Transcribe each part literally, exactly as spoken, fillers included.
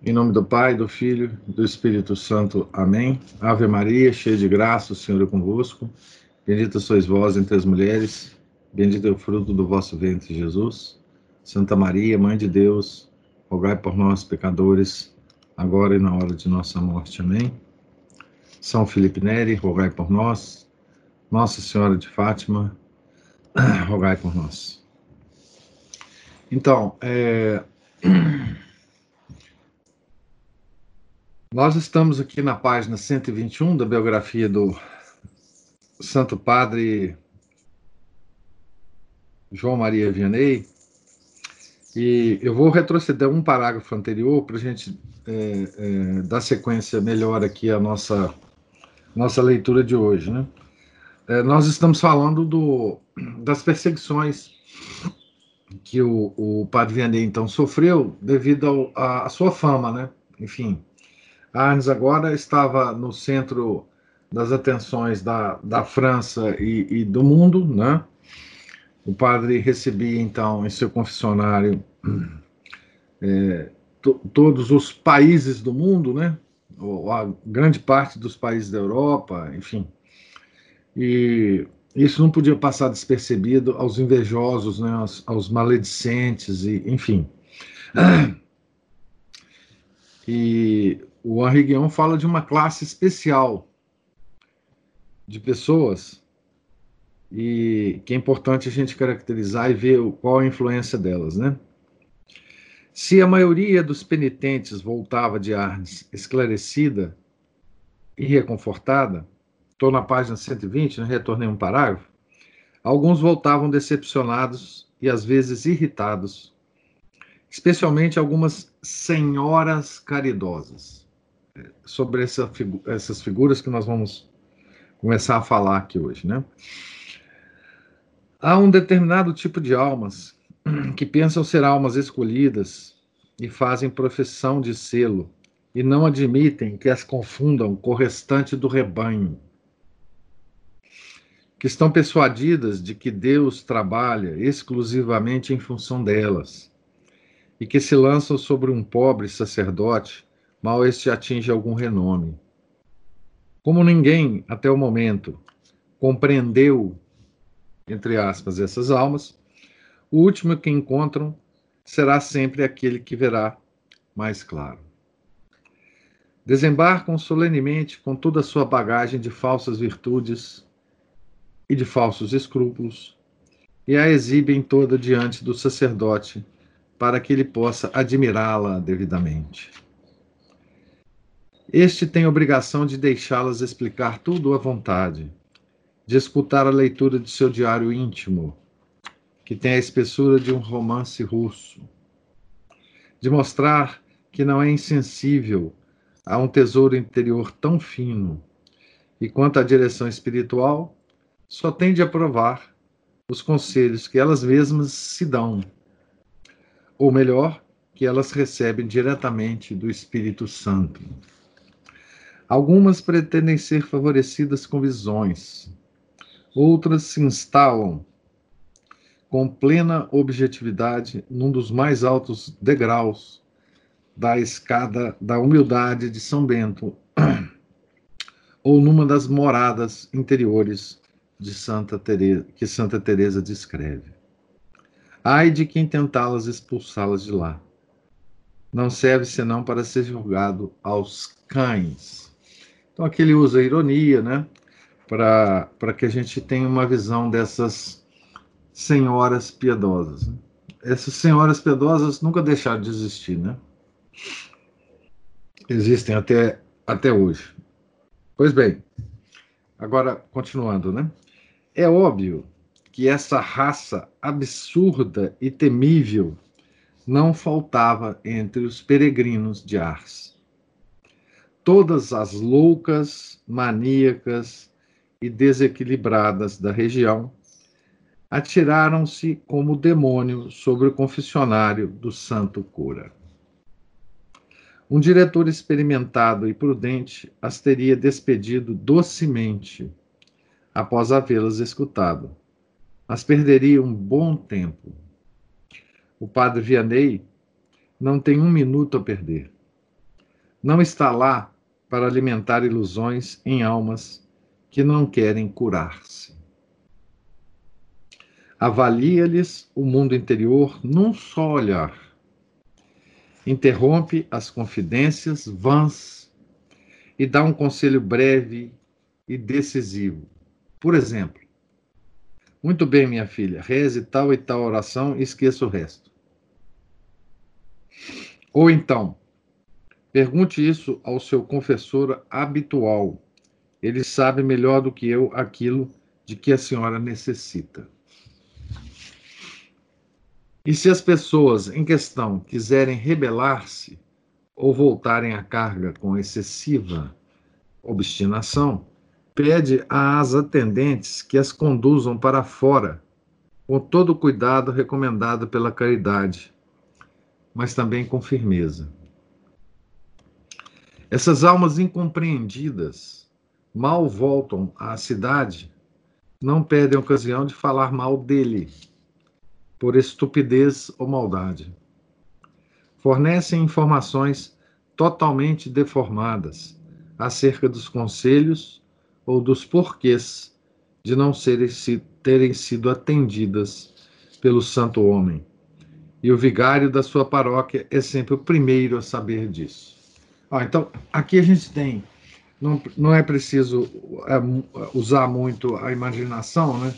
Em nome do Pai, do Filho e do Espírito Santo. Amém. Ave Maria, cheia de graça, o Senhor é convosco. Bendita sois vós entre as mulheres. Bendito é o fruto do vosso ventre, Jesus. Santa Maria, Mãe de Deus, rogai por nós, pecadores, agora e na hora de nossa morte. Amém. São Felipe Neri, rogai por nós. Nossa Senhora de Fátima, rogai por nós. Então, é... nós estamos aqui na página cento e vinte e um da biografia do Santo Padre João Maria Vianney, e eu vou retroceder um parágrafo anterior para a gente é, é, dar sequência melhor aqui à nossa, nossa leitura de hoje, né? É, nós estamos falando do, das perseguições que o, o Padre Vianney, então, sofreu devido à sua fama, né? Enfim, Arnes agora estava no centro das atenções da, da França e, e do mundo, né? O padre recebia, então, em seu confessionário é, to, todos os países do mundo, né? Ou a grande parte dos países da Europa, enfim. E isso não podia passar despercebido aos invejosos, né? aos, aos maledicentes, e, enfim. E o Henri Guion fala de uma classe especial de pessoas e que é importante a gente caracterizar e ver qual a influência delas, né? Se a maioria dos penitentes voltava de Arnes esclarecida e reconfortada, estou na página cento e vinte, né, retornei um parágrafo, alguns voltavam decepcionados e às vezes irritados, especialmente algumas senhoras caridosas. Sobre essa figu- essas figuras que nós vamos começar a falar aqui hoje, né? Há um determinado tipo de almas que pensam ser almas escolhidas e fazem profissão de selo e não admitem que as confundam com o restante do rebanho, que estão persuadidas de que Deus trabalha exclusivamente em função delas e que se lançam sobre um pobre sacerdote, mal este atinge algum renome. Como ninguém, até o momento, compreendeu, entre aspas, essas almas, o último que encontram será sempre aquele que verá mais claro. Desembarcam solenemente com toda a sua bagagem de falsas virtudes e de falsos escrúpulos e a exibem toda diante do sacerdote para que ele possa admirá-la devidamente. Este tem obrigação de deixá-las explicar tudo à vontade, de escutar a leitura de seu diário íntimo, que tem a espessura de um romance russo, de mostrar que não é insensível a um tesouro interior tão fino, e quanto à direção espiritual, só tem de aprovar os conselhos que elas mesmas se dão, ou melhor, que elas recebem diretamente do Espírito Santo. Algumas pretendem ser favorecidas com visões, outras se instalam com plena objetividade num dos mais altos degraus da escada da humildade de São Bento, ou numa das moradas interiores de Santa Teresa, que Santa Teresa descreve. Ai de quem tentá-las expulsá-las de lá. Não serve senão para ser julgado aos cães. Então aqui ele usa a ironia, né? Para que a gente tenha uma visão dessas senhoras piedosas. Essas senhoras piedosas nunca deixaram de existir, né? Existem até, até hoje. Pois bem, agora continuando, né? É óbvio que essa raça absurda e temível não faltava entre os peregrinos de Ars. Todas as loucas, maníacas e desequilibradas da região atiraram-se como demônio sobre o confessionário do santo cura. Um diretor experimentado e prudente as teria despedido docemente após havê-las escutado, mas perderia um bom tempo. O padre Vianney não tem um minuto a perder. não está lá para alimentar ilusões em almas que não querem curar-se. Avalia-lhes o mundo interior num só olhar. Interrompe as confidências vãs e dá um conselho breve e decisivo. Por exemplo, muito bem, minha filha, reze tal e tal oração e esqueça o resto. Ou então, pergunte isso ao seu confessor habitual. Ele sabe melhor do que eu aquilo de que a senhora necessita. E se as pessoas em questão quiserem rebelar-se ou voltarem à carga com excessiva obstinação, pede às atendentes que as conduzam para fora, com todo o cuidado recomendado pela caridade, mas também com firmeza. Essas almas incompreendidas mal voltam à cidade, não perdem ocasião de falar mal dele, por estupidez ou maldade. Fornecem informações totalmente deformadas acerca dos conselhos ou dos porquês de não serem, terem sido atendidas pelo santo homem. E o vigário da sua paróquia é sempre o primeiro a saber disso. Ah, então, aqui a gente tem, não, não é preciso é, usar muito a imaginação, né?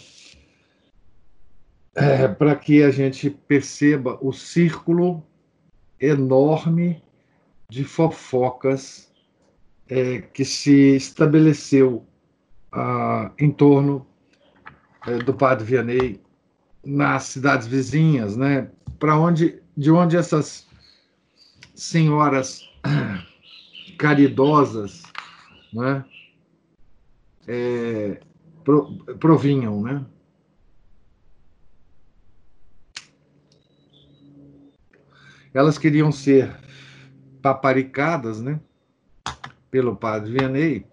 É, para que a gente perceba o círculo enorme de fofocas é, que se estabeleceu ah, em torno é, do padre Vianney nas cidades vizinhas, né? Para onde, de onde essas senhoras caridosas, né? É, pro, provinham, né? Elas queriam ser paparicadas, né? Pelo padre Vianney.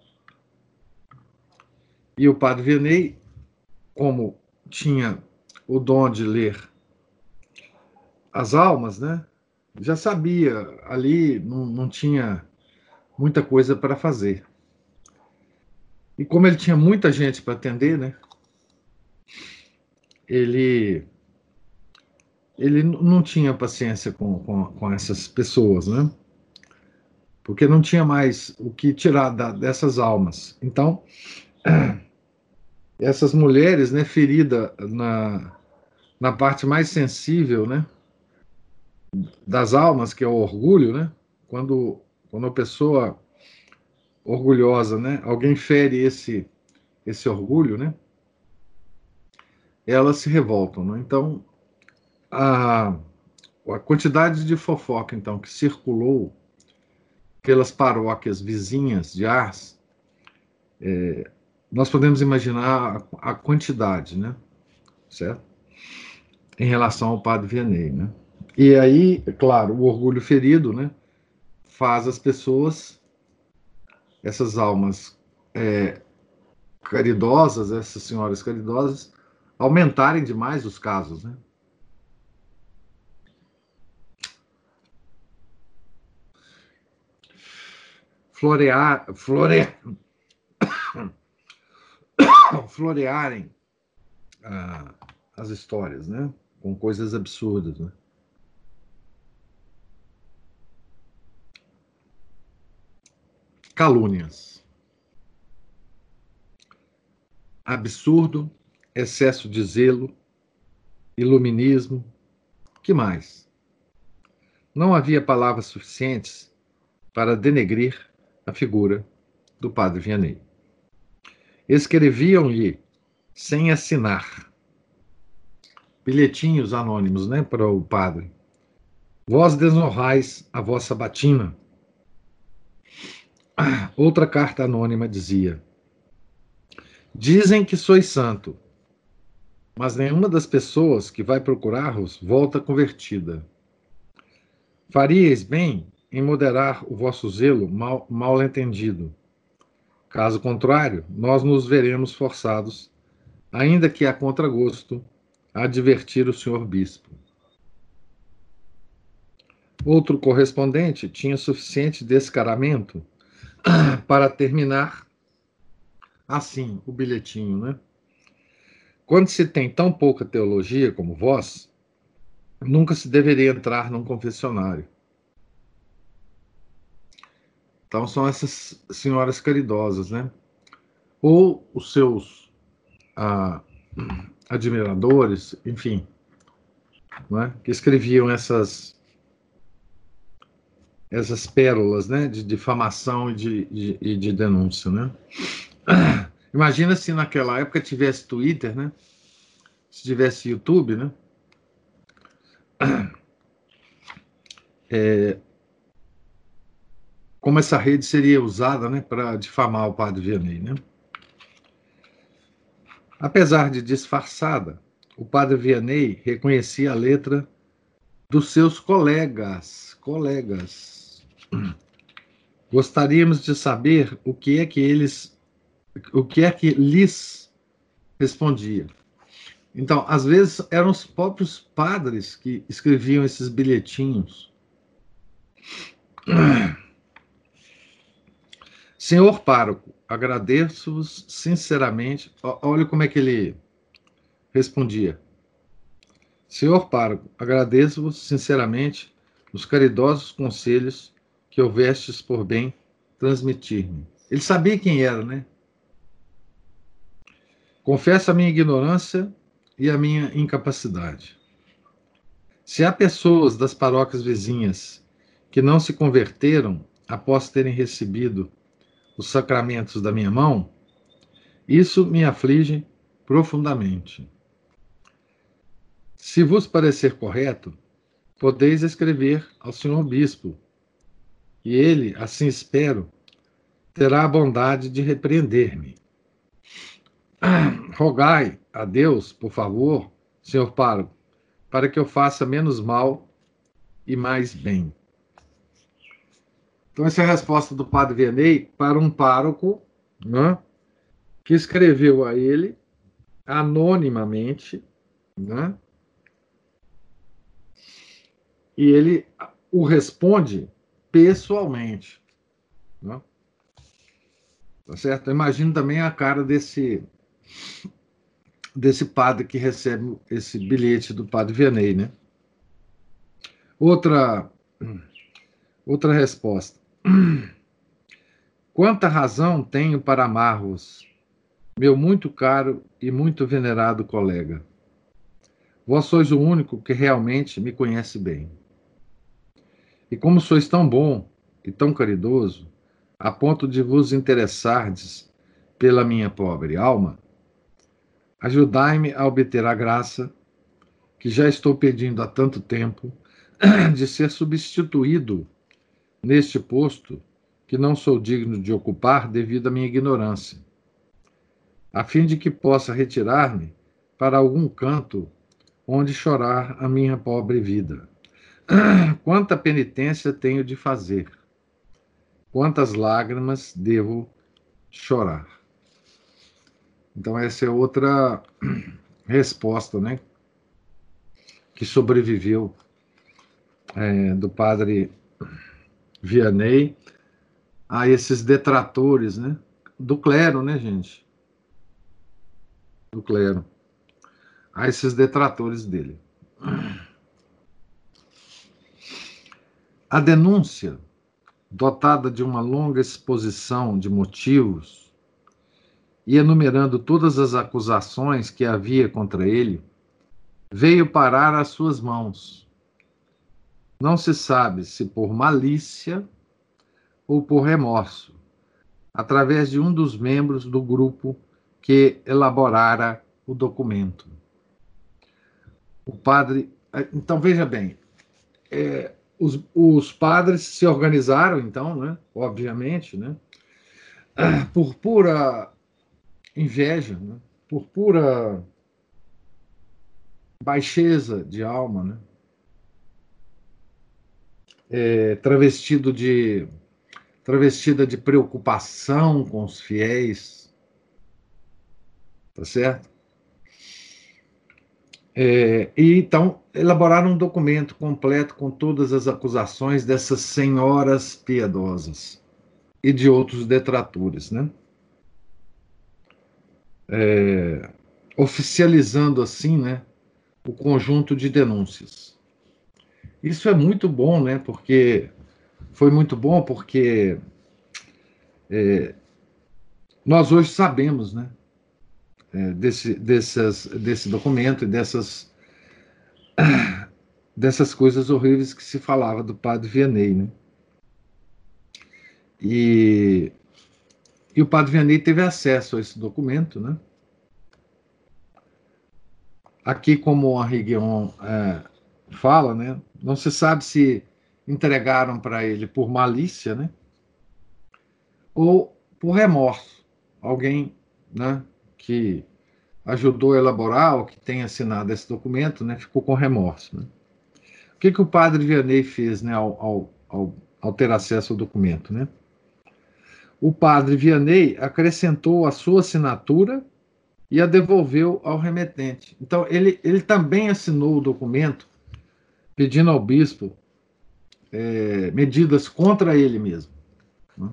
E o padre Vianney, como tinha o dom de ler as almas, né? Já sabia, ali não, não tinha muita coisa para fazer. E como ele tinha muita gente para atender, né? Ele, ele não tinha paciência com, com, com essas pessoas, né? Porque não tinha mais o que tirar da, dessas almas. Então, essas mulheres, né, feridas na, na parte mais sensível, né, das almas, que é o orgulho, né? Quando, quando a pessoa orgulhosa, né, alguém fere esse, esse orgulho, né? Elas se revoltam, né? Então, a, a quantidade de fofoca, então, que circulou pelas paróquias vizinhas de Ars, é, nós podemos imaginar a, a quantidade, né? Certo? Em relação ao padre Vianney, né? E aí, claro, o orgulho ferido, né? Faz as pessoas, essas almas é, caridosas, essas senhoras caridosas, aumentarem demais os casos, né? Florear, flore, florearem ah, as histórias, né? Com coisas absurdas, né? Calúnias. Absurdo, excesso de zelo, iluminismo, que mais? Não havia palavras suficientes para denegrir a figura do padre Vianney. Escreviam-lhe sem assinar bilhetinhos anônimos, né, para o padre. Vós desonrais a vossa batina. Ah, outra carta anônima dizia: dizem que sois santo, mas nenhuma das pessoas que vai procurar-vos volta convertida. Faríeis bem em moderar o vosso zelo mal, mal entendido. Caso contrário, nós nos veremos forçados, ainda que a contragosto, a advertir o senhor bispo. Outro correspondente tinha suficiente descaramento para terminar assim o bilhetinho, né? Quando se tem tão pouca teologia como vós, nunca se deveria entrar num confessionário. Então são essas senhoras caridosas, né? Ou os seus ah, admiradores, enfim, né? Que escreviam essas essas pérolas, né? De difamação e de, de, e de denúncia, né? Imagina se naquela época tivesse Twitter, né? Se tivesse YouTube, né? É, como essa rede seria usada, né, para difamar o padre Vianney, né? Apesar de disfarçada, o padre Vianney reconhecia a letra dos seus colegas, colegas. Gostaríamos de saber o que é que eles, o que é que lhes respondia. Então, às vezes eram os próprios padres que escreviam esses bilhetinhos. Senhor pároco, agradeço-vos sinceramente. Olha como é que ele respondia. Senhor pároco, agradeço-vos sinceramente os caridosos conselhos que houvestes por bem transmitir-me. Ele sabia quem era, né? Confesso a minha ignorância e a minha incapacidade. Se há pessoas das paróquias vizinhas que não se converteram após terem recebido os sacramentos da minha mão, isso me aflige profundamente. Se vos parecer correto, podeis escrever ao senhor bispo, e ele, assim espero, terá a bondade de repreender-me. Rogai a Deus, por favor, senhor pároco, para que eu faça menos mal e mais bem. Então, essa é a resposta do padre Vianney para um pároco, né, que escreveu a ele anonimamente, né, e ele o responde pessoalmente. Né? Tá certo? Eu imagino também a cara desse, desse padre que recebe esse bilhete do padre Vianney, né? Outra, outra resposta. Quanta razão tenho para amar-vos, meu muito caro e muito venerado colega. Vós sois o único que realmente me conhece bem. E como sois tão bom e tão caridoso, a ponto de vos interessardes pela minha pobre alma, ajudai-me a obter a graça que já estou pedindo há tanto tempo de ser substituído neste posto que não sou digno de ocupar devido à minha ignorância, a fim de que possa retirar-me para algum canto onde chorar a minha pobre vida. Quanta penitência tenho de fazer, quantas lágrimas devo chorar. Então, essa é outra resposta, né, que sobreviveu é, do padre Vianney a esses detratores, né, do clero, né, gente? Do clero. A esses detratores dele. A denúncia, dotada de uma longa exposição de motivos e enumerando todas as acusações que havia contra ele, veio parar às suas mãos. Não se sabe se por malícia ou por remorso, através de um dos membros do grupo que elaborara o documento. O padre. Então, veja bem, é, os, os padres se organizaram, então, né, obviamente, né, por pura inveja, né, por pura baixeza de alma, né, é, travestido de, travestida de preocupação com os fiéis, tá certo? É, e então elaboraram um documento completo com todas as acusações dessas senhoras piedosas e de outros detratores, né? É, oficializando assim, né, o conjunto de denúncias. Isso é muito bom, né? Porque foi muito bom porque nós hoje sabemos, né, é, desse, dessas, desse documento e dessas, dessas coisas horríveis que se falava do padre Vianney, né? E, e o padre Vianney teve acesso a esse documento, né? Aqui, como o Henri Guion é, fala, né, não se sabe se entregaram para ele por malícia, né, ou por remorso. Alguém, né, que ajudou a elaborar ou que tenha assinado esse documento, né, ficou com remorso. Né? O que, que o padre Vianney fez, né, ao, ao, ao, ao ter acesso ao documento? Né? O padre Vianney acrescentou a sua assinatura e a devolveu ao remetente. Então, ele, ele também assinou o documento pedindo ao bispo é, medidas contra ele mesmo. Né?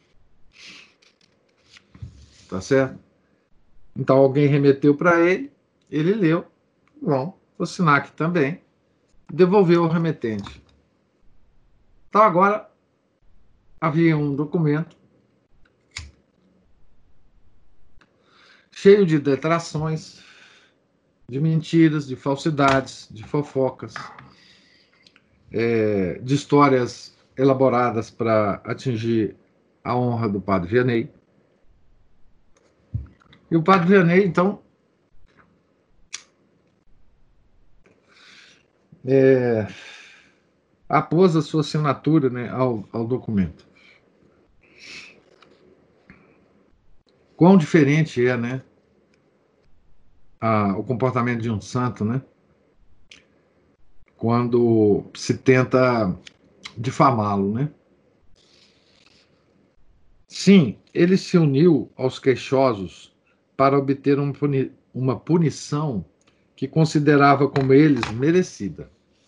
Tá certo? Então, alguém remeteu para ele, ele leu, bom, vou assinar aqui também, devolveu ao remetente. Então, agora havia um documento cheio de detrações, de mentiras, de falsidades, de fofocas, é, de histórias elaboradas para atingir a honra do padre Vianney. E o padre Vianney, então, é, apôs a sua assinatura, né, ao, ao documento. Quão diferente é, né, a, o comportamento de um santo, né, quando se tenta difamá-lo, né? Sim, ele se uniu aos queixosos para obter um puni uma punição que considerava como eles merecida.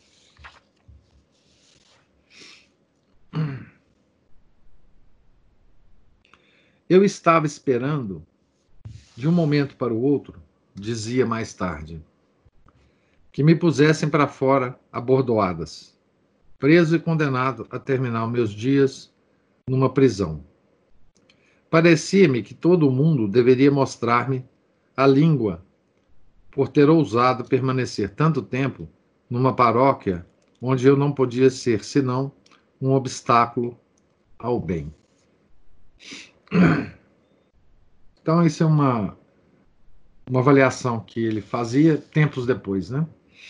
Eu estava esperando, de um momento para o outro, dizia mais tarde, que me pusessem para fora a bordoadas, preso e condenado a terminar meus dias numa prisão. Parecia-me que todo mundo deveria mostrar-me a língua por ter ousado permanecer tanto tempo numa paróquia onde eu não podia ser senão um obstáculo ao bem. Então, isso é uma, uma avaliação que ele fazia tempos depois, né?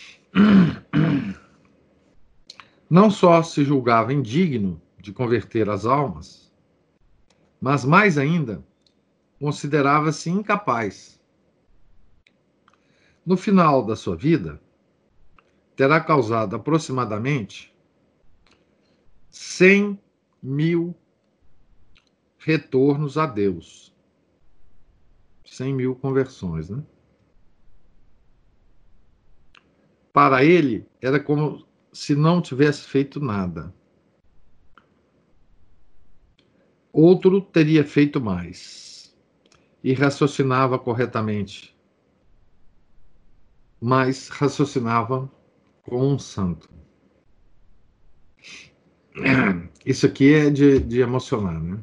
Não só se julgava indigno de converter as almas, mas mais ainda, considerava-se incapaz. No final da sua vida, terá causado aproximadamente cem mil retornos a Deus. cem mil conversões, né? Para ele, era como se não tivesse feito nada. Outro teria feito mais e raciocinava corretamente, mas raciocinava como um santo. Isso aqui é de, de emocionar, né?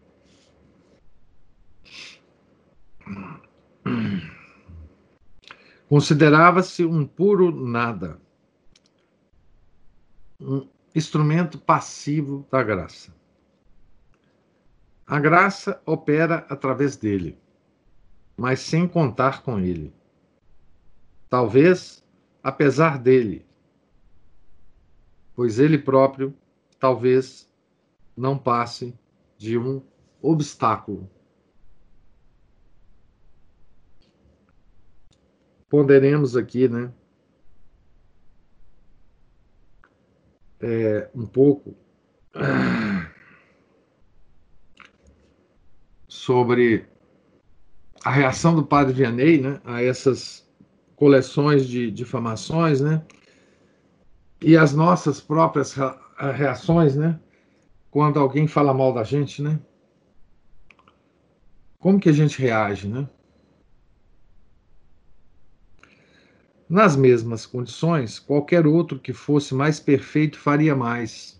Considerava-se um puro nada, um instrumento passivo da graça. A graça opera através dele, mas sem contar com ele. Talvez, apesar dele, pois ele próprio, talvez, não passe de um obstáculo. Ponderemos aqui, né, é, um pouco sobre a reação do padre Vianney, né, a essas coleções de difamações, né? E as nossas próprias reações, né? Quando alguém fala mal da gente, né? Como que a gente reage, né? Nas mesmas condições, qualquer outro que fosse mais perfeito faria mais,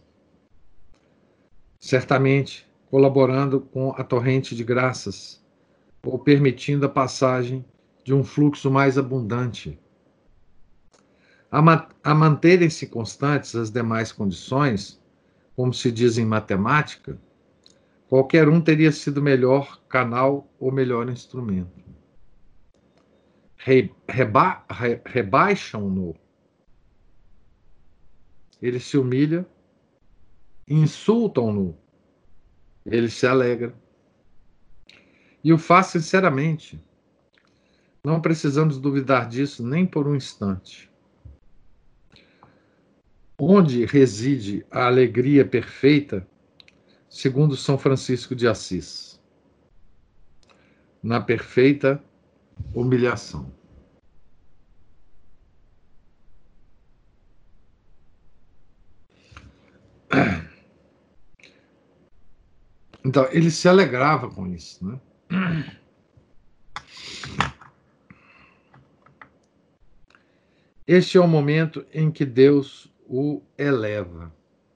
certamente colaborando com a torrente de graças, ou permitindo a passagem de um fluxo mais abundante. A, ma a manterem-se constantes as demais condições, como se diz em matemática, qualquer um teria sido melhor canal ou melhor instrumento. Re, reba, re, rebaixam-no. Ele se humilha, insultam-no. Ele se alegra. E o faz sinceramente. Não precisamos duvidar disso nem por um instante. Onde reside a alegria perfeita, segundo São Francisco de Assis? Na perfeita humilhação. Então, ele se alegrava com isso, né? Este é o momento em que Deus o eleva.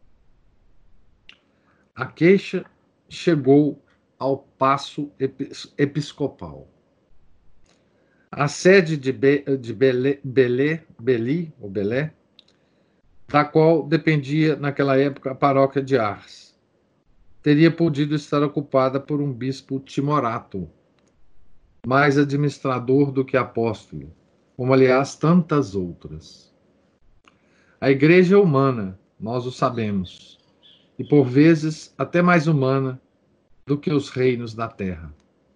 A queixa chegou ao passo episcopal. A sede de, Be, de Belé, Belé, Beli, ou Belé, da qual dependia naquela época a paróquia de Ars, teria podido estar ocupada por um bispo timorato, mais administrador do que apóstolo, como aliás tantas outras. A igreja é humana, nós o sabemos, e por vezes até mais humana do que os reinos da terra.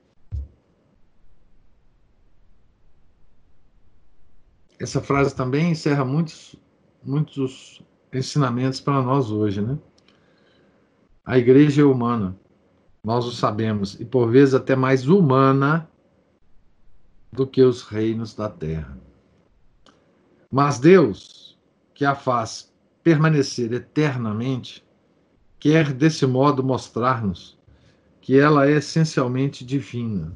Essa frase também encerra muitos, muitos ensinamentos para nós hoje, né? A igreja é humana, nós o sabemos, e por vezes até mais humana do que os reinos da terra. Mas Deus, que a faz permanecer eternamente, quer desse modo mostrar-nos que ela é essencialmente divina.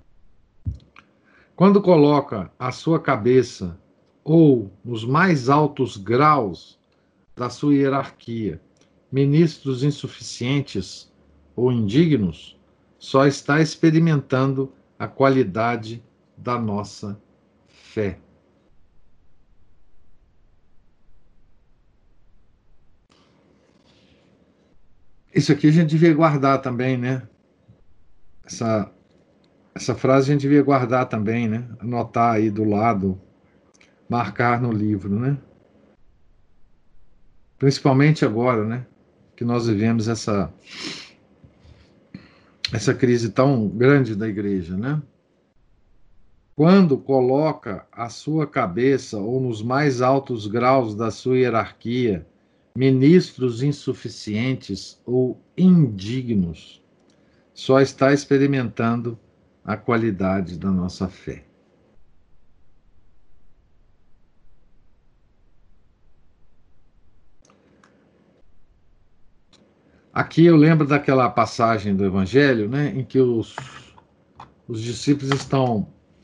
Quando coloca a sua cabeça ou nos mais altos graus da sua hierarquia ministros insuficientes ou indignos, só está experimentando a qualidade da nossa fé. Isso aqui a gente devia guardar também, né? Essa, essa frase a gente devia guardar também, né? Anotar aí do lado, marcar no livro, né? Principalmente agora, né? Que nós vivemos essa, essa crise tão grande da igreja, né? Quando coloca a sua cabeça ou nos mais altos graus da sua hierarquia ministros insuficientes ou indignos, só está experimentando a qualidade da nossa fé. Aqui eu lembro daquela passagem do Evangelho, né, em que os, os discípulos estão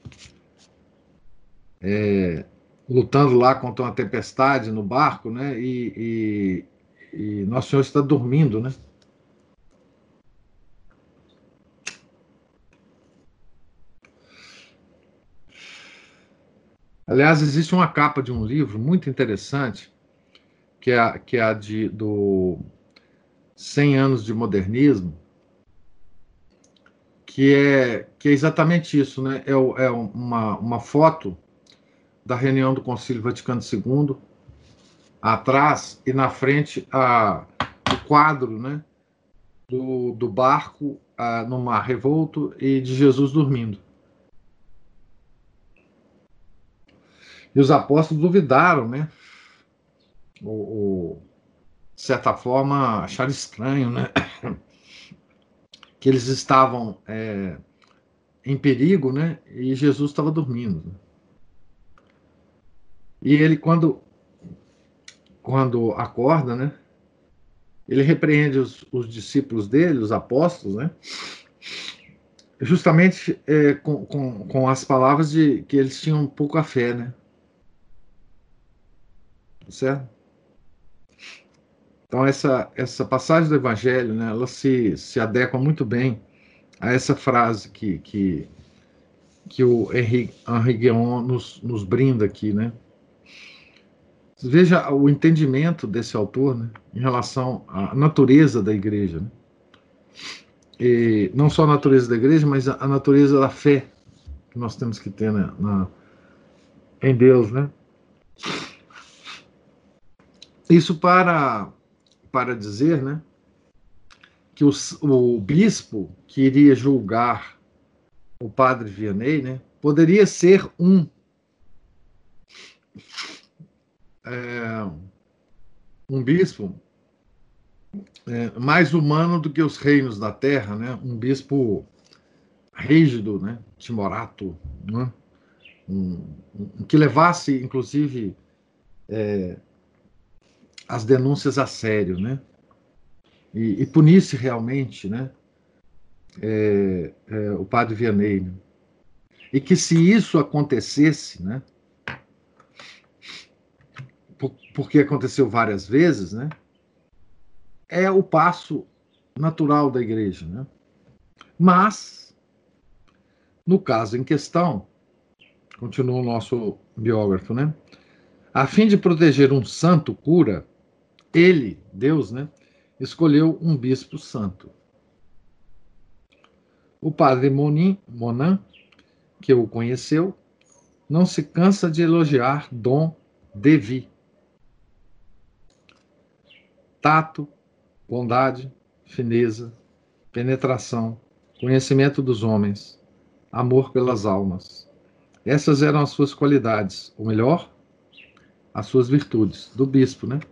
é, lutando lá contra uma tempestade no barco, né, e, e, e Nosso Senhor está dormindo, né? Aliás, existe uma capa de um livro muito interessante, que é a, que é a de, do cem anos de modernismo, que é, que é exatamente isso, né? É, é uma, uma foto da reunião do Concílio Vaticano segundo, atrás, e na frente a, o quadro, né, do, do barco a, no mar revolto e de Jesus dormindo. E os apóstolos duvidaram, né? O, o, de certa forma, acharam estranho, né? Que eles estavam é, em perigo, né? E Jesus estava dormindo. E ele, quando, quando acorda, né, ele repreende os, os discípulos dele, os apóstolos, né, justamente é, com, com, com as palavras de que eles tinham pouca fé, né? Certo? Então, essa, essa passagem do Evangelho, né, ela se, se adequa muito bem a essa frase que, que, que o Henri, Henri Guéon nos, nos brinda aqui, né? Veja o entendimento desse autor, né, em relação à natureza da igreja, né? E não só a natureza da igreja, mas a, a natureza da fé que nós temos que ter, né, na, em Deus, né? Isso para, para dizer, né, que o, o bispo que iria julgar o padre Vianney, né, poderia ser um é, um bispo é, mais humano do que os reinos da terra, né, um bispo rígido, né, timorato, né, um, um, que levasse, inclusive, é, as denúncias a sério, né, e, e punisse realmente, né, é, é, o padre Vianney, né? E que se isso acontecesse, né, por, porque aconteceu várias vezes, né, é o passo natural da igreja, né? Mas, no caso em questão, continua o nosso biógrafo, né? A fim de proteger um santo cura, ele, Deus, né, escolheu um bispo santo. O padre Monin, Monin, que o conheceu, não se cansa de elogiar Dom Devi. Tato, bondade, fineza, penetração, conhecimento dos homens, amor pelas almas. Essas eram as suas qualidades, ou melhor, as suas virtudes, do bispo, né?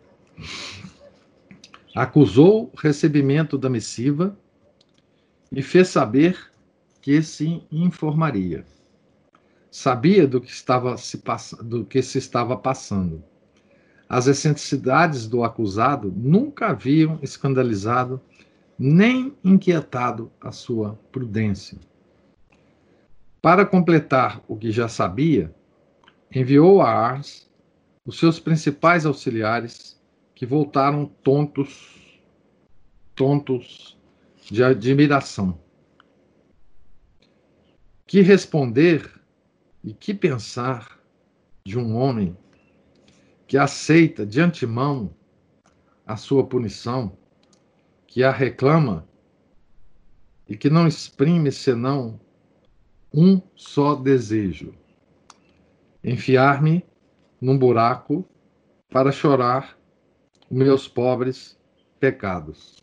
Acusou o recebimento da missiva e fez saber que se informaria. Sabia do que, estava se pass... do que se estava passando. As excentricidades do acusado nunca haviam escandalizado nem inquietado a sua prudência. Para completar o que já sabia, enviou a Ars os seus principais auxiliares, que voltaram tontos, tontos de admiração. Que responder e que pensar de um homem que aceita de antemão a sua punição, que a reclama e que não exprime senão um só desejo: enfiar-me num buraco para chorar os meus pobres pecados.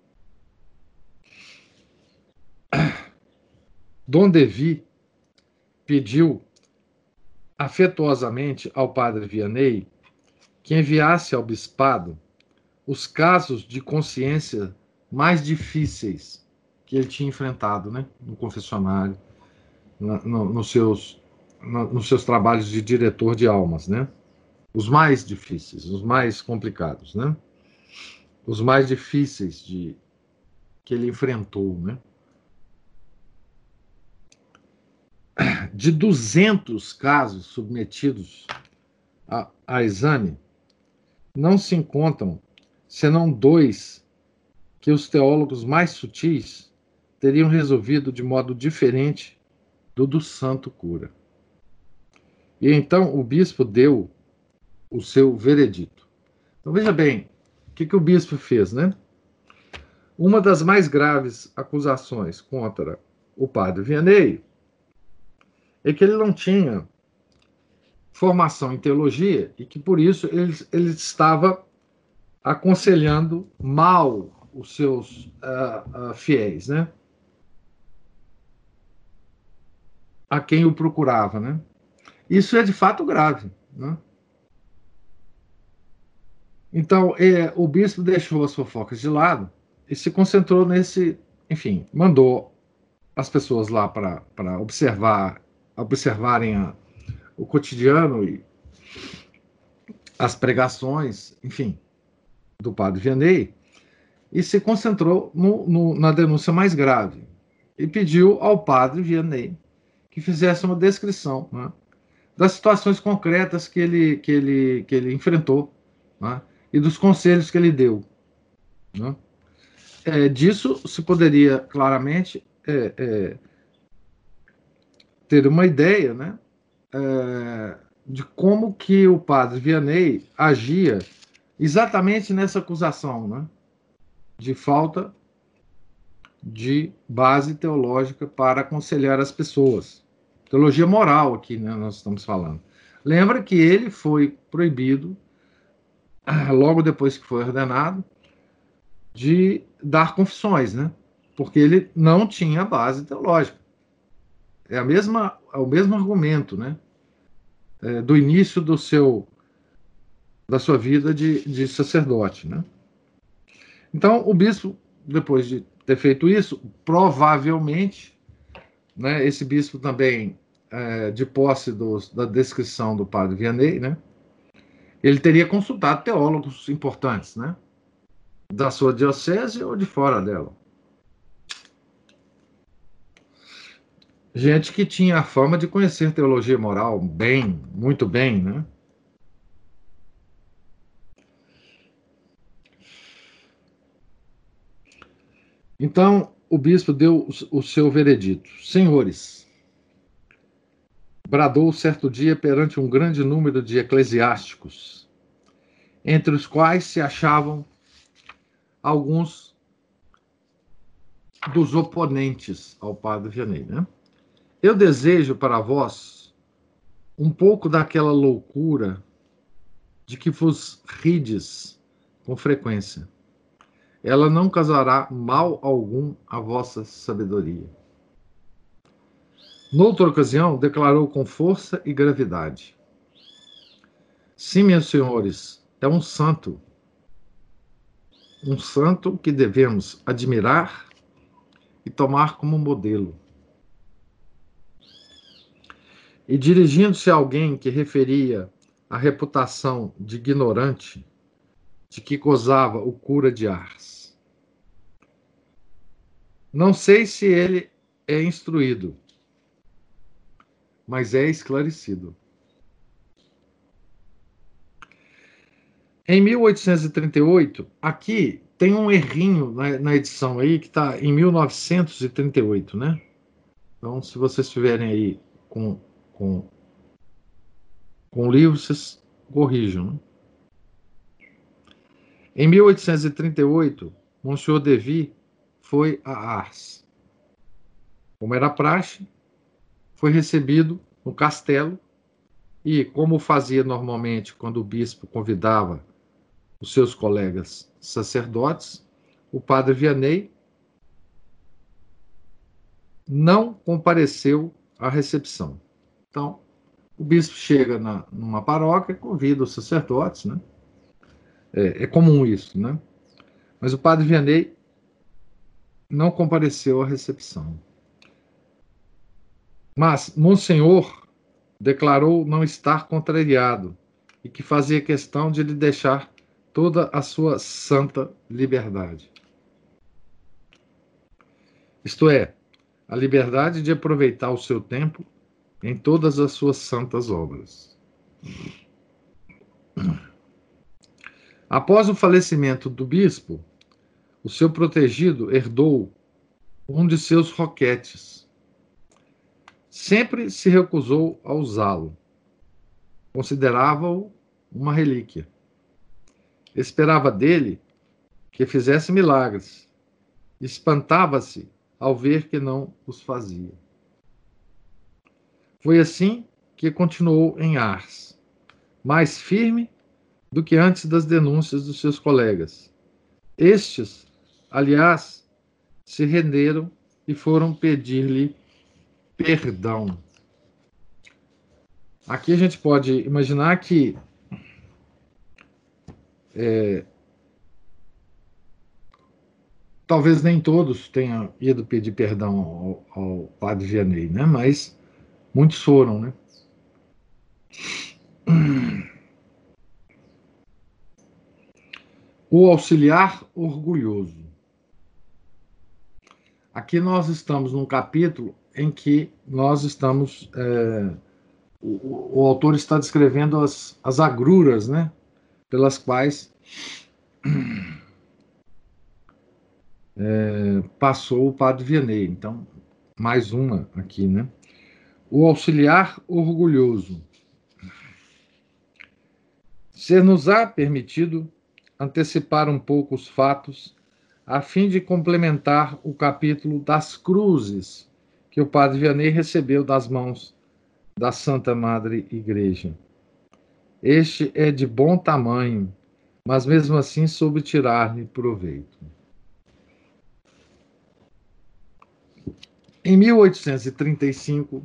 Dom Devi pediu afetuosamente ao padre Vianney que enviasse ao bispado os casos de consciência mais difíceis que ele tinha enfrentado, né, no confessionário, no, no, nos, seus, no, nos seus trabalhos de diretor de almas, né? Os mais difíceis, os mais complicados, né? Os mais difíceis de que ele enfrentou, né? De duzentos casos submetidos a, a exame, não se encontram senão dois que os teólogos mais sutis teriam resolvido de modo diferente do do santo cura. E então o bispo deu o seu veredito. Então veja bem, o que, que o bispo fez, né? Uma das mais graves acusações contra o padre Vianney é que ele não tinha formação em teologia e que por isso ele, ele estava aconselhando mal os seus uh, uh, fiéis, né? A quem o procurava, né? Isso é de fato grave, né? Então, é, o bispo deixou as fofocas de lado e se concentrou nesse, enfim, mandou as pessoas lá para observar, observarem a, o cotidiano e, as pregações, enfim, do padre Vianney, e se concentrou no, no, na denúncia mais grave. E pediu ao padre Vianney que fizesse uma descrição, né, das situações concretas que ele, que ele, que ele enfrentou, né, e dos conselhos que ele deu. Né. É, disso se poderia claramente é, é, ter uma ideia, né, é, de como que o padre Vianney agia exatamente nessa acusação, né, de falta de base teológica para aconselhar as pessoas. Teologia moral aqui, né, nós estamos falando. Lembra que ele foi proibido, logo depois que foi ordenado, de dar confissões, né? Porque ele não tinha base teológica. É, a mesma, é o mesmo argumento, né? É, do início do seu, da sua vida de, de sacerdote, né? Então, o bispo, depois de ter feito isso, provavelmente, né, esse bispo também, é, de posse dos, da descrição do padre Vianney, né, ele teria consultado teólogos importantes, né, da sua diocese ou de fora dela. Gente que tinha a fama de conhecer teologia moral bem, muito bem, né? Então, o bispo deu o seu veredito. Senhores, bradou certo dia perante um grande número de eclesiásticos, entre os quais se achavam alguns dos oponentes ao padre Vianney, né? Eu desejo para vós um pouco daquela loucura de que vos rides com frequência. Ela não causará mal algum à vossa sabedoria. Noutra ocasião, declarou com força e gravidade: sim, meus senhores, é um santo, um santo que devemos admirar e tomar como modelo. E dirigindo-se a alguém que referia a reputação de ignorante de que gozava o cura de Ars. Não sei se ele é instruído, mas é esclarecido. Em mil oitocentos e trinta e oito, aqui tem um errinho na, na edição aí, que está em mil novecentos e trinta e oito, né? Então, se vocês estiverem aí com, com, com o livro, vocês corrijam, né? Em mil oitocentos e trinta e oito, Monsenhor Devy foi a Ars. Como era praxe, foi recebido no castelo e, como fazia normalmente quando o bispo convidava os seus colegas sacerdotes, o padre Vianney não compareceu à recepção. Então, o bispo chega na, numa paróquia, convida os sacerdotes, né? É, é comum isso, né? Mas o padre Vianney não compareceu à recepção. Mas Monsenhor declarou não estar contrariado e que fazia questão de lhe deixar toda a sua santa liberdade. Isto é, a liberdade de aproveitar o seu tempo em todas as suas santas obras. Após o falecimento do bispo, o seu protegido herdou um de seus roquetes. Sempre se recusou a usá-lo. Considerava-o uma relíquia. Esperava dele que fizesse milagres. Espantava-se ao ver que não os fazia. Foi assim que continuou em Ars, mais firme do que antes das denúncias dos seus colegas. Estes, aliás, se renderam e foram pedir-lhe perdão. Aqui a gente pode imaginar que é, talvez nem todos tenham ido pedir perdão ao, ao padre Vianney, né? Mas muitos foram, né? O auxiliar orgulhoso. Aqui nós estamos num capítulo em que nós estamos... É, o, o autor está descrevendo as, as agruras, né, pelas quais é, passou o padre Vianney. Então, mais uma aqui, né? O auxiliar orgulhoso. Ser-nos-á permitido antecipar um pouco os fatos, a fim de complementar o capítulo das cruzes que o padre Vianney recebeu das mãos da Santa Madre Igreja. Este é de bom tamanho, mas mesmo assim soube tirar-lhe proveito. Em mil oitocentos e trinta e cinco,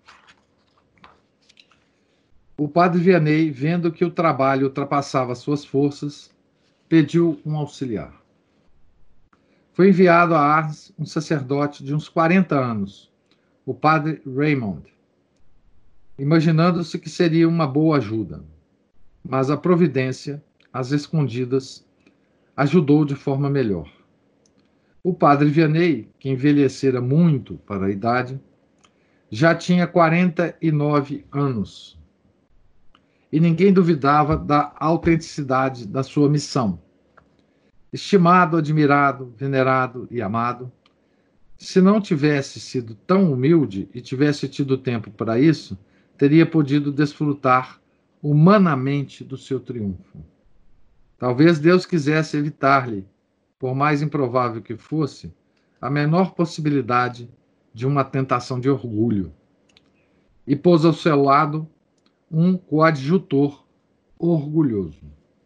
o padre Vianney, vendo que o trabalho ultrapassava suas forças, pediu um auxiliar. Foi enviado a Ars um sacerdote de uns quarenta anos, o padre Raymond, imaginando-se que seria uma boa ajuda. Mas a providência, às escondidas, ajudou de forma melhor. O padre Vianney, que envelhecera muito para a idade, já tinha quarenta e nove anos. E ninguém duvidava da autenticidade da sua missão. Estimado, admirado, venerado e amado, se não tivesse sido tão humilde e tivesse tido tempo para isso, teria podido desfrutar humanamente do seu triunfo. Talvez Deus quisesse evitar-lhe, por mais improvável que fosse, a menor possibilidade de uma tentação de orgulho, e pôs ao seu lado um coadjutor orgulhoso.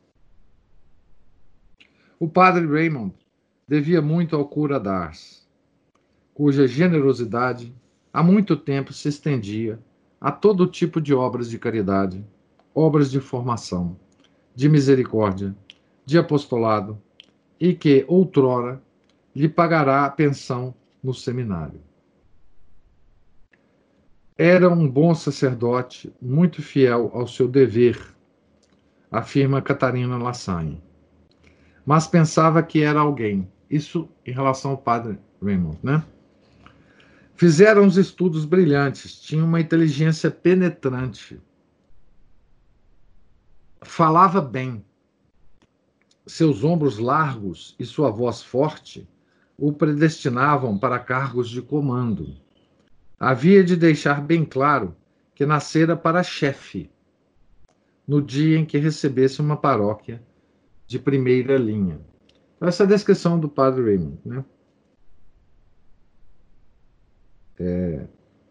O padre Raymond devia muito ao cura d'Ars, cuja generosidade há muito tempo se estendia a todo tipo de obras de caridade, obras de formação, de misericórdia, de apostolado, e que, outrora, lhe pagará a pensão no seminário. Era um bom sacerdote, muito fiel ao seu dever, afirma Catarina Lassagne. Mas pensava que era alguém. Isso em relação ao padre Raymond, né? Fizeram uns estudos brilhantes, tinha uma inteligência penetrante. Falava bem. Seus ombros largos e sua voz forte o predestinavam para cargos de comando. Havia de deixar bem claro que nascera para chefe, no dia em que recebesse uma paróquia de primeira linha. Essa é a descrição do padre Raymond, né? É,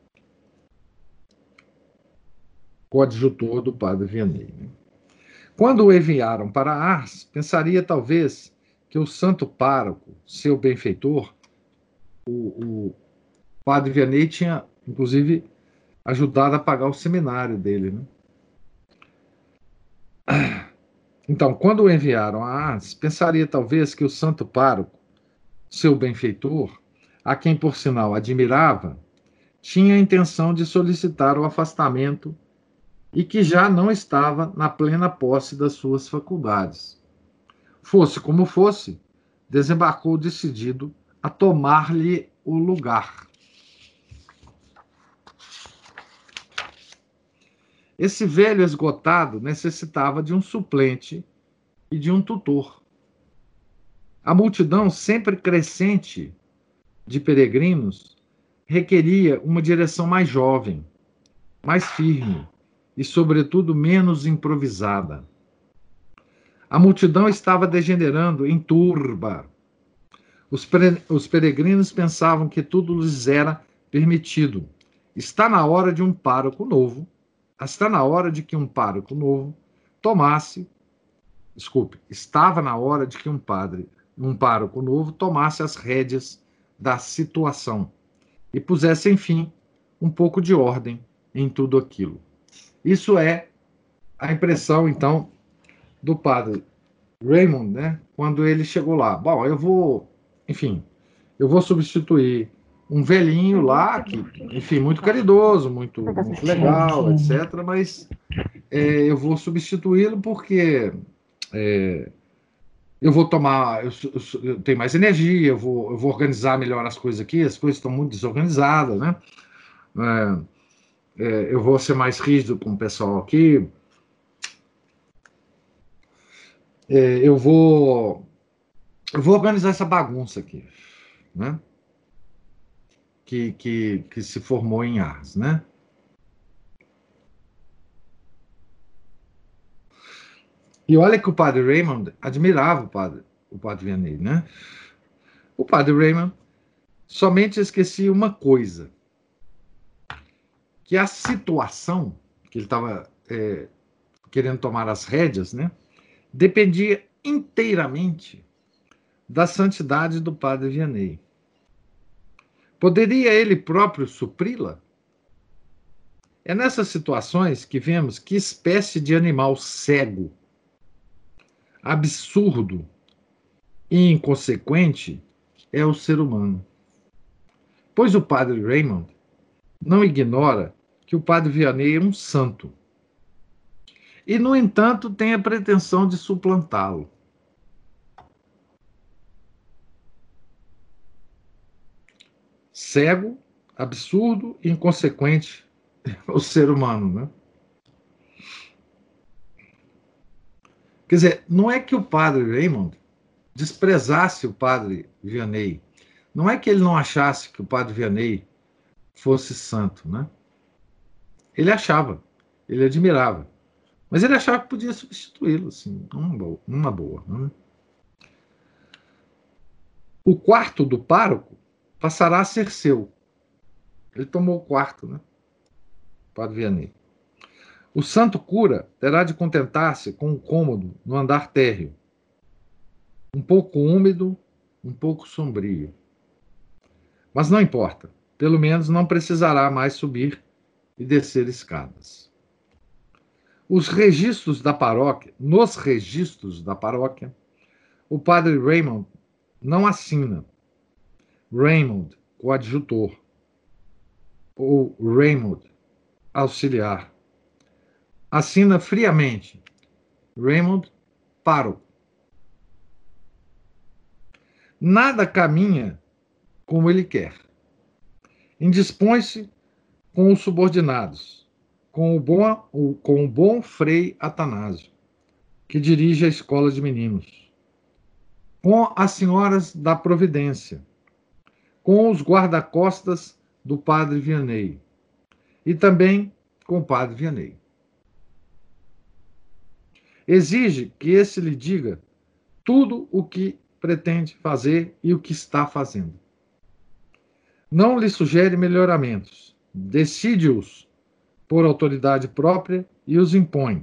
coadjutor do padre Vianney. Né? Quando o enviaram para Ars, pensaria talvez que o santo pároco, seu benfeitor, o, o padre Vianney tinha, inclusive, ajudado a pagar o seminário dele. Né? Então, quando o enviaram a Ars, pensaria talvez que o santo pároco, seu benfeitor, a quem por sinal admirava, tinha a intenção de solicitar o afastamento e que já não estava na plena posse das suas faculdades. Fosse como fosse, desembarcou decidido a tomar-lhe o lugar. Esse velho esgotado necessitava de um suplente e de um tutor. A multidão sempre crescente de peregrinos requeria uma direção mais jovem, mais firme e, sobretudo, menos improvisada. A multidão estava degenerando em turba. Os, os peregrinos pensavam que tudo lhes era permitido. Está na hora de um pároco novo, está na hora de que um pároco novo tomasse, desculpe, estava na hora de que um padre, um pároco novo tomasse as rédeas da situação e pusesse, enfim, um pouco de ordem em tudo aquilo. Isso é a impressão, então, do padre Raymond, né, quando ele chegou lá. Bom, eu vou, enfim, eu vou substituir um velhinho lá, que, enfim, muito caridoso, muito, muito legal, etcétera, mas é, eu vou substituí-lo porque é, eu vou tomar, eu, eu, eu tenho mais energia, eu vou, eu vou organizar melhor as coisas aqui, as coisas estão muito desorganizadas, né? É, é, eu vou ser mais rígido com o pessoal aqui, é, eu vou, eu vou organizar essa bagunça aqui, né? Que, que, que se formou em Ars, né? E olha que o padre Raymond admirava o padre, o padre Vianney, né? O padre Raymond somente esquecia uma coisa, que a situação que ele estava é, querendo tomar as rédeas, né, dependia inteiramente da santidade do padre Vianney. Poderia ele próprio supri-la? É nessas situações que vemos que espécie de animal cego, absurdo e inconsequente é o ser humano. Pois o padre Raymond não ignora que o padre Vianney é um santo. E, no entanto, tem a pretensão de suplantá-lo. Cego, absurdo e inconsequente o ser humano, né? Quer dizer, não é que o padre Raymond desprezasse o padre Vianney. Não é que ele não achasse que o padre Vianney fosse santo, né? Ele achava, ele admirava. Mas ele achava que podia substituí-lo, assim, numa boa. Numa boa, né? O quarto do pároco passará a ser seu. Ele tomou o quarto, né? Padre Vianney. O santo cura terá de contentar-se com um cômodo no andar térreo, um pouco úmido, um pouco sombrio. Mas não importa, pelo menos não precisará mais subir e descer escadas. Os registros da paróquia, nos registros da paróquia, o padre Raymond não assina Raymond, coadjutor, ou Raymond, auxiliar. Assina friamente Raymond, pároco. Nada caminha como ele quer. Indispõe-se com os subordinados, com o bom, com o bom frei Atanásio, que dirige a escola de meninos, com as senhoras da Providência, com os guarda-costas do padre Vianney e também com o padre Vianney. Exige que esse lhe diga tudo o que pretende fazer e o que está fazendo. Não lhe sugere melhoramentos, decide-os por autoridade própria e os impõe.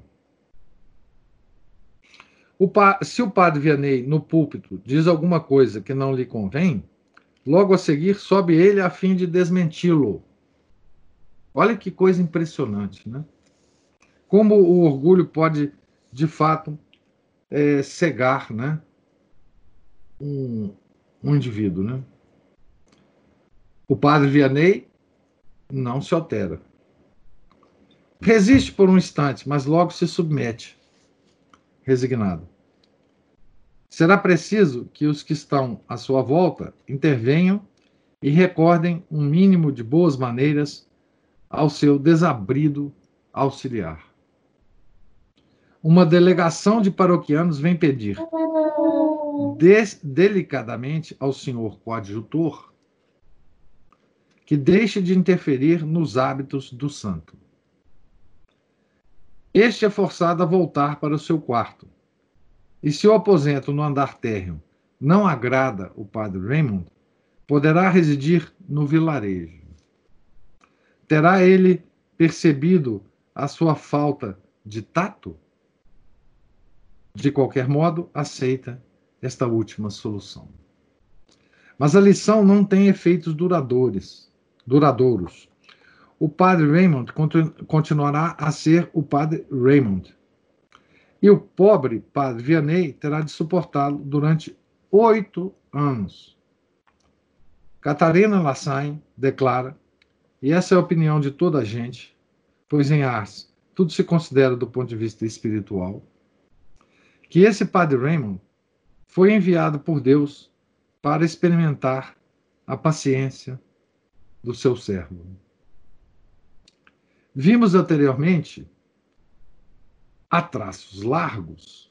O pa... Se o padre Vianney, no púlpito, diz alguma coisa que não lhe convém, logo a seguir sobe ele a fim de desmenti-lo. Olha que coisa impressionante, né? Como o orgulho pode, de fato, é, cegar, né, um, um indivíduo, né? O padre Vianney não se altera. Resiste por um instante, mas logo se submete, resignado. Será preciso que os que estão à sua volta intervenham e recordem um mínimo de boas maneiras ao seu desabrido auxiliar. Uma delegação de paroquianos vem pedir des- delicadamente ao senhor coadjutor que deixe de interferir nos hábitos do santo. Este é forçado a voltar para o seu quarto. E se o aposento no andar térreo não agrada o padre Raymond, poderá residir no vilarejo. Terá ele percebido a sua falta de tato? De qualquer modo, aceita esta última solução. Mas a lição não tem efeitos duradouros. duradouros. O padre Raymond continuará a ser o padre Raymond. E o pobre padre Vianney terá de suportá-lo durante oito anos. Catarina Lassagne declara, e essa é a opinião de toda a gente, pois em Ars tudo se considera do ponto de vista espiritual, que esse padre Raymond foi enviado por Deus para experimentar a paciência do seu servo. Vimos anteriormente, a traços largos,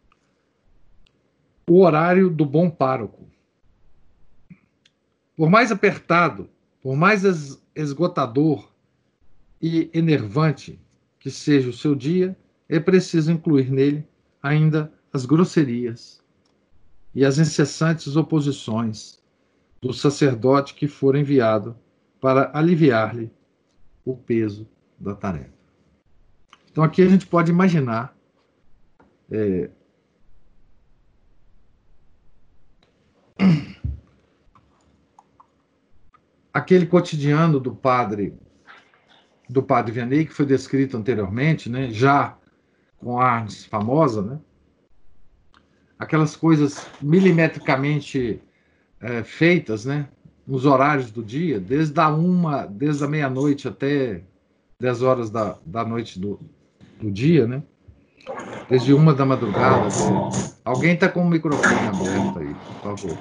o horário do bom pároco. Por mais apertado, por mais esgotador e enervante que seja o seu dia, é preciso incluir nele ainda as grosserias e as incessantes oposições do sacerdote que for enviado para aliviar-lhe o peso da tarefa. Então aqui a gente pode imaginar é, aquele cotidiano do padre do padre Vianney, que foi descrito anteriormente, né, já com Arnes famosa, né, aquelas coisas milimetricamente é, feitas, né, nos horários do dia, desde a uma, desde a meia-noite até dez horas da, da noite do, do dia, né, desde uma da madrugada até... Alguém está com o microfone aberto aí, por favor.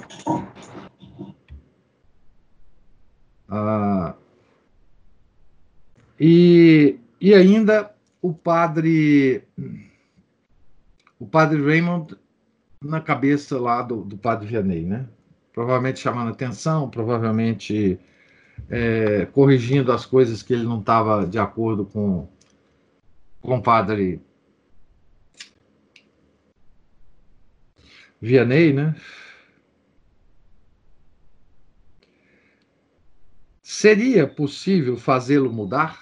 Ah, e, e ainda o padre o padre Raymond na cabeça lá do, do padre Vianney, né? Provavelmente chamando atenção, provavelmente é, corrigindo as coisas que ele não estava de acordo com, com o padre Vianney, né? Seria possível fazê-lo mudar?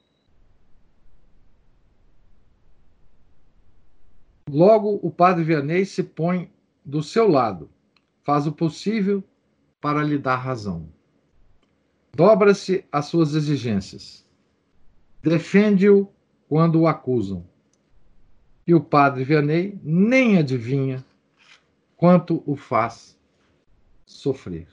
Logo, o padre Vianney se põe do seu lado, faz o possível para lhe dar razão. Dobra-se às suas exigências. Defende-o quando o acusam. E o padre Vianney nem adivinha quanto o faz sofrer.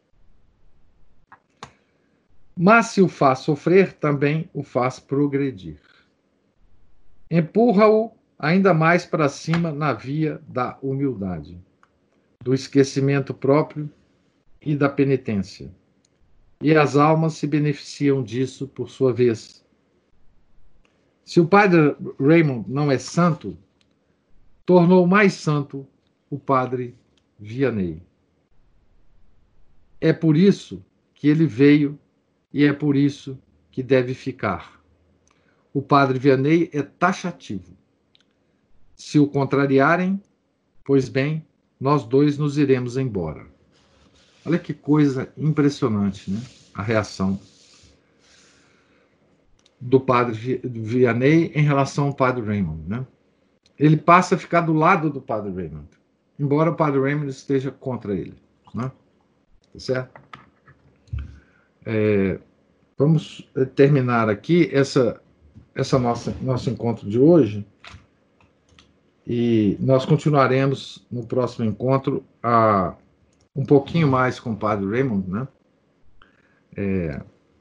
Mas se o faz sofrer, também o faz progredir. Empurra-o ainda mais para cima na via da humildade, do esquecimento próprio e da penitência. E as almas se beneficiam disso por sua vez. Se o padre Raymond não é santo, tornou mais santo o padre Vianney. É por isso que ele veio e é por isso que deve ficar. O padre Vianney é taxativo. Se o contrariarem, pois bem, nós dois nos iremos embora. Olha que coisa impressionante, né? A reação do padre Vianney em relação ao padre Raymond, né? Ele passa a ficar do lado do padre Raymond, embora o padre Raymond esteja contra ele, né? Tá certo? É, vamos terminar aqui essa, essa nossa nosso encontro de hoje e nós continuaremos no próximo encontro a um pouquinho mais com o padre Raymond, né? É,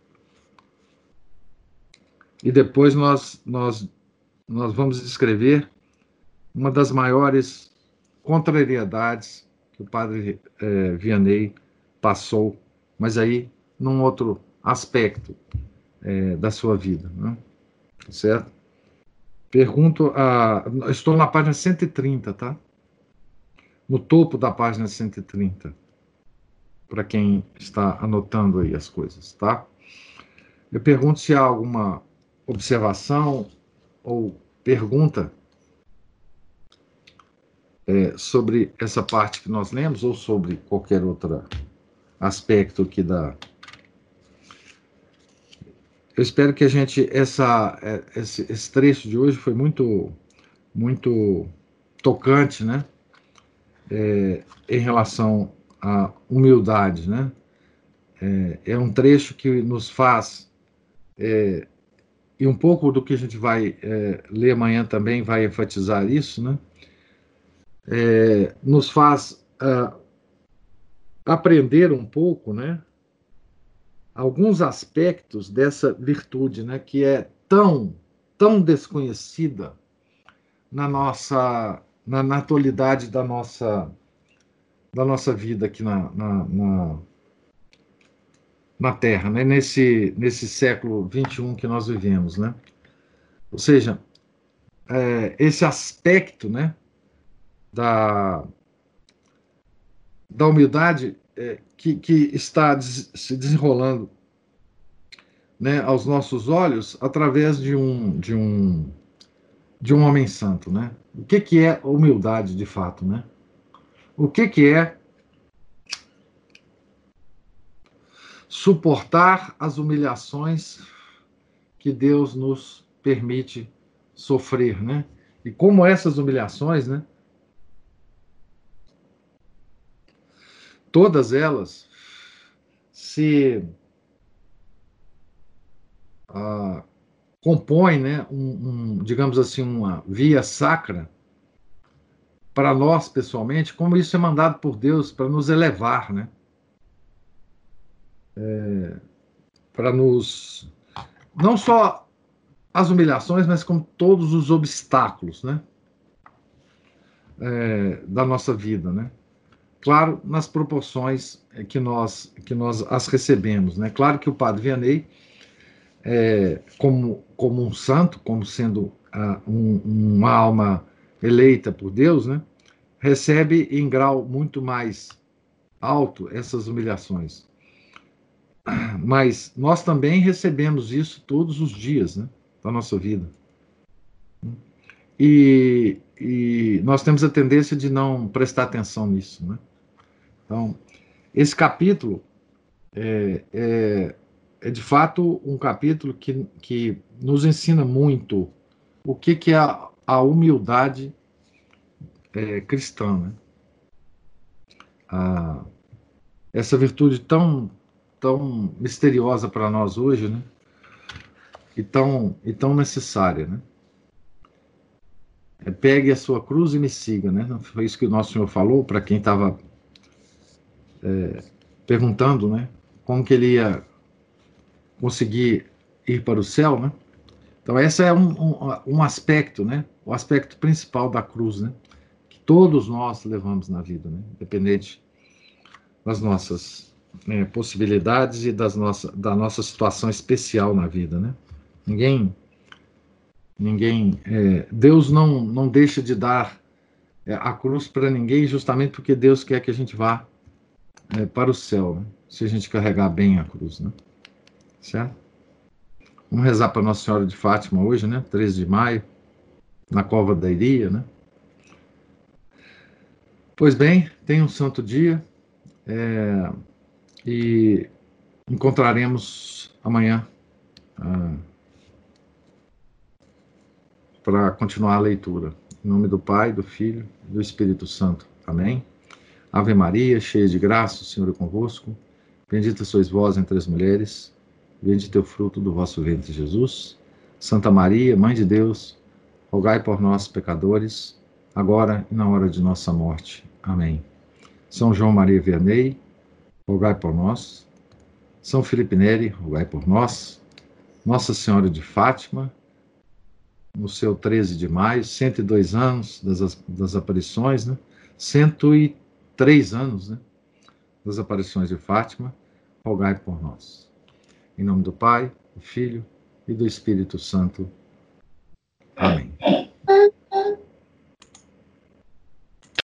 e depois nós, nós, nós vamos descrever uma das maiores contrariedades que o padre é, Vianney passou, mas aí num outro aspecto é, da sua vida, né? Certo? Pergunto a... Estou na página cento e trinta, tá? No topo da página cento e trinta, para quem está anotando aí as coisas, tá? Eu pergunto se há alguma observação ou pergunta é, sobre essa parte que nós lemos ou sobre qualquer outro aspecto aqui da... Eu espero que a gente... Essa, esse, esse trecho de hoje foi muito, muito tocante, né? É, em relação à humildade, né? É, é um trecho que nos faz... É, e um pouco do que a gente vai é, ler amanhã também vai enfatizar isso, né? É, nos faz uh, aprender um pouco, né? Alguns aspectos dessa virtude, né? Que é tão, tão desconhecida na nossa, na, na atualidade da nossa, da nossa vida aqui na, na, na, na Terra, né? nesse, nesse século vinte e um que nós vivemos. Né? Ou seja, é, esse aspecto, né, da, da humildade é, que, que está des, se desenrolando, né, aos nossos olhos através de um, de um, de um homem santo. Né? O que, que é humildade de fato? Né? O que, que é suportar as humilhações que Deus nos permite sofrer, né? E como essas humilhações, né? Todas elas se ah, compõem, né? Um, um, digamos assim, uma via sacra para nós pessoalmente, como isso é mandado por Deus para nos elevar, né? É, para nos não só as humilhações, mas como todos os obstáculos, né? É, da nossa vida, né? Claro, nas proporções que nós, que nós as recebemos. Né? Claro que o Padre Vianney, é, como, como um santo, como sendo uh, um, uma alma eleita por Deus, né? Recebe em grau muito mais alto essas humilhações. Mas nós também recebemos isso todos os dias, né, da nossa vida. E, e nós temos a tendência de não prestar atenção nisso. Né? Então, esse capítulo é, é, é de fato um capítulo que, que nos ensina muito o que, que é a, a humildade é, cristã. Né? A, essa virtude tão, tão misteriosa para nós hoje, né? e, tão, e tão necessária. Né? É, pegue a sua cruz e me siga. Né? Não foi isso que o nosso Senhor falou para quem estava é, perguntando, né? Como que ele ia conseguir ir para o céu, né? Então, esse é um, um, um aspecto, né? O aspecto principal da cruz, né? Que todos nós levamos na vida, né? Independente das nossas né, possibilidades e das nossa, da nossa situação especial na vida, né? Ninguém, ninguém, é, Deus não, não deixa de dar é, a cruz para ninguém, justamente porque Deus quer que a gente vá é, para o céu, né? Se a gente carregar bem a cruz, né? Certo? Vamos rezar para Nossa Senhora de Fátima hoje, né? treze de maio, na Cova da Iria, né? Pois bem, tenha um santo dia é, e encontraremos amanhã ah, para continuar a leitura. Em nome do Pai, do Filho e do Espírito Santo. Amém? Ave Maria, cheia de graça, o Senhor é convosco. Bendita sois vós entre as mulheres, bendito é o fruto do vosso ventre, Jesus. Santa Maria, Mãe de Deus, rogai por nós, pecadores, agora e na hora de nossa morte. Amém. São João Maria Vianney, rogai por nós. São Felipe Neri, rogai por nós. Nossa Senhora de Fátima, no seu treze de maio, cento e dois anos das, das aparições, né? cento e três anos, né? Das aparições de Fátima, rogai por nós. Em nome do Pai, do Filho e do Espírito Santo. Amém.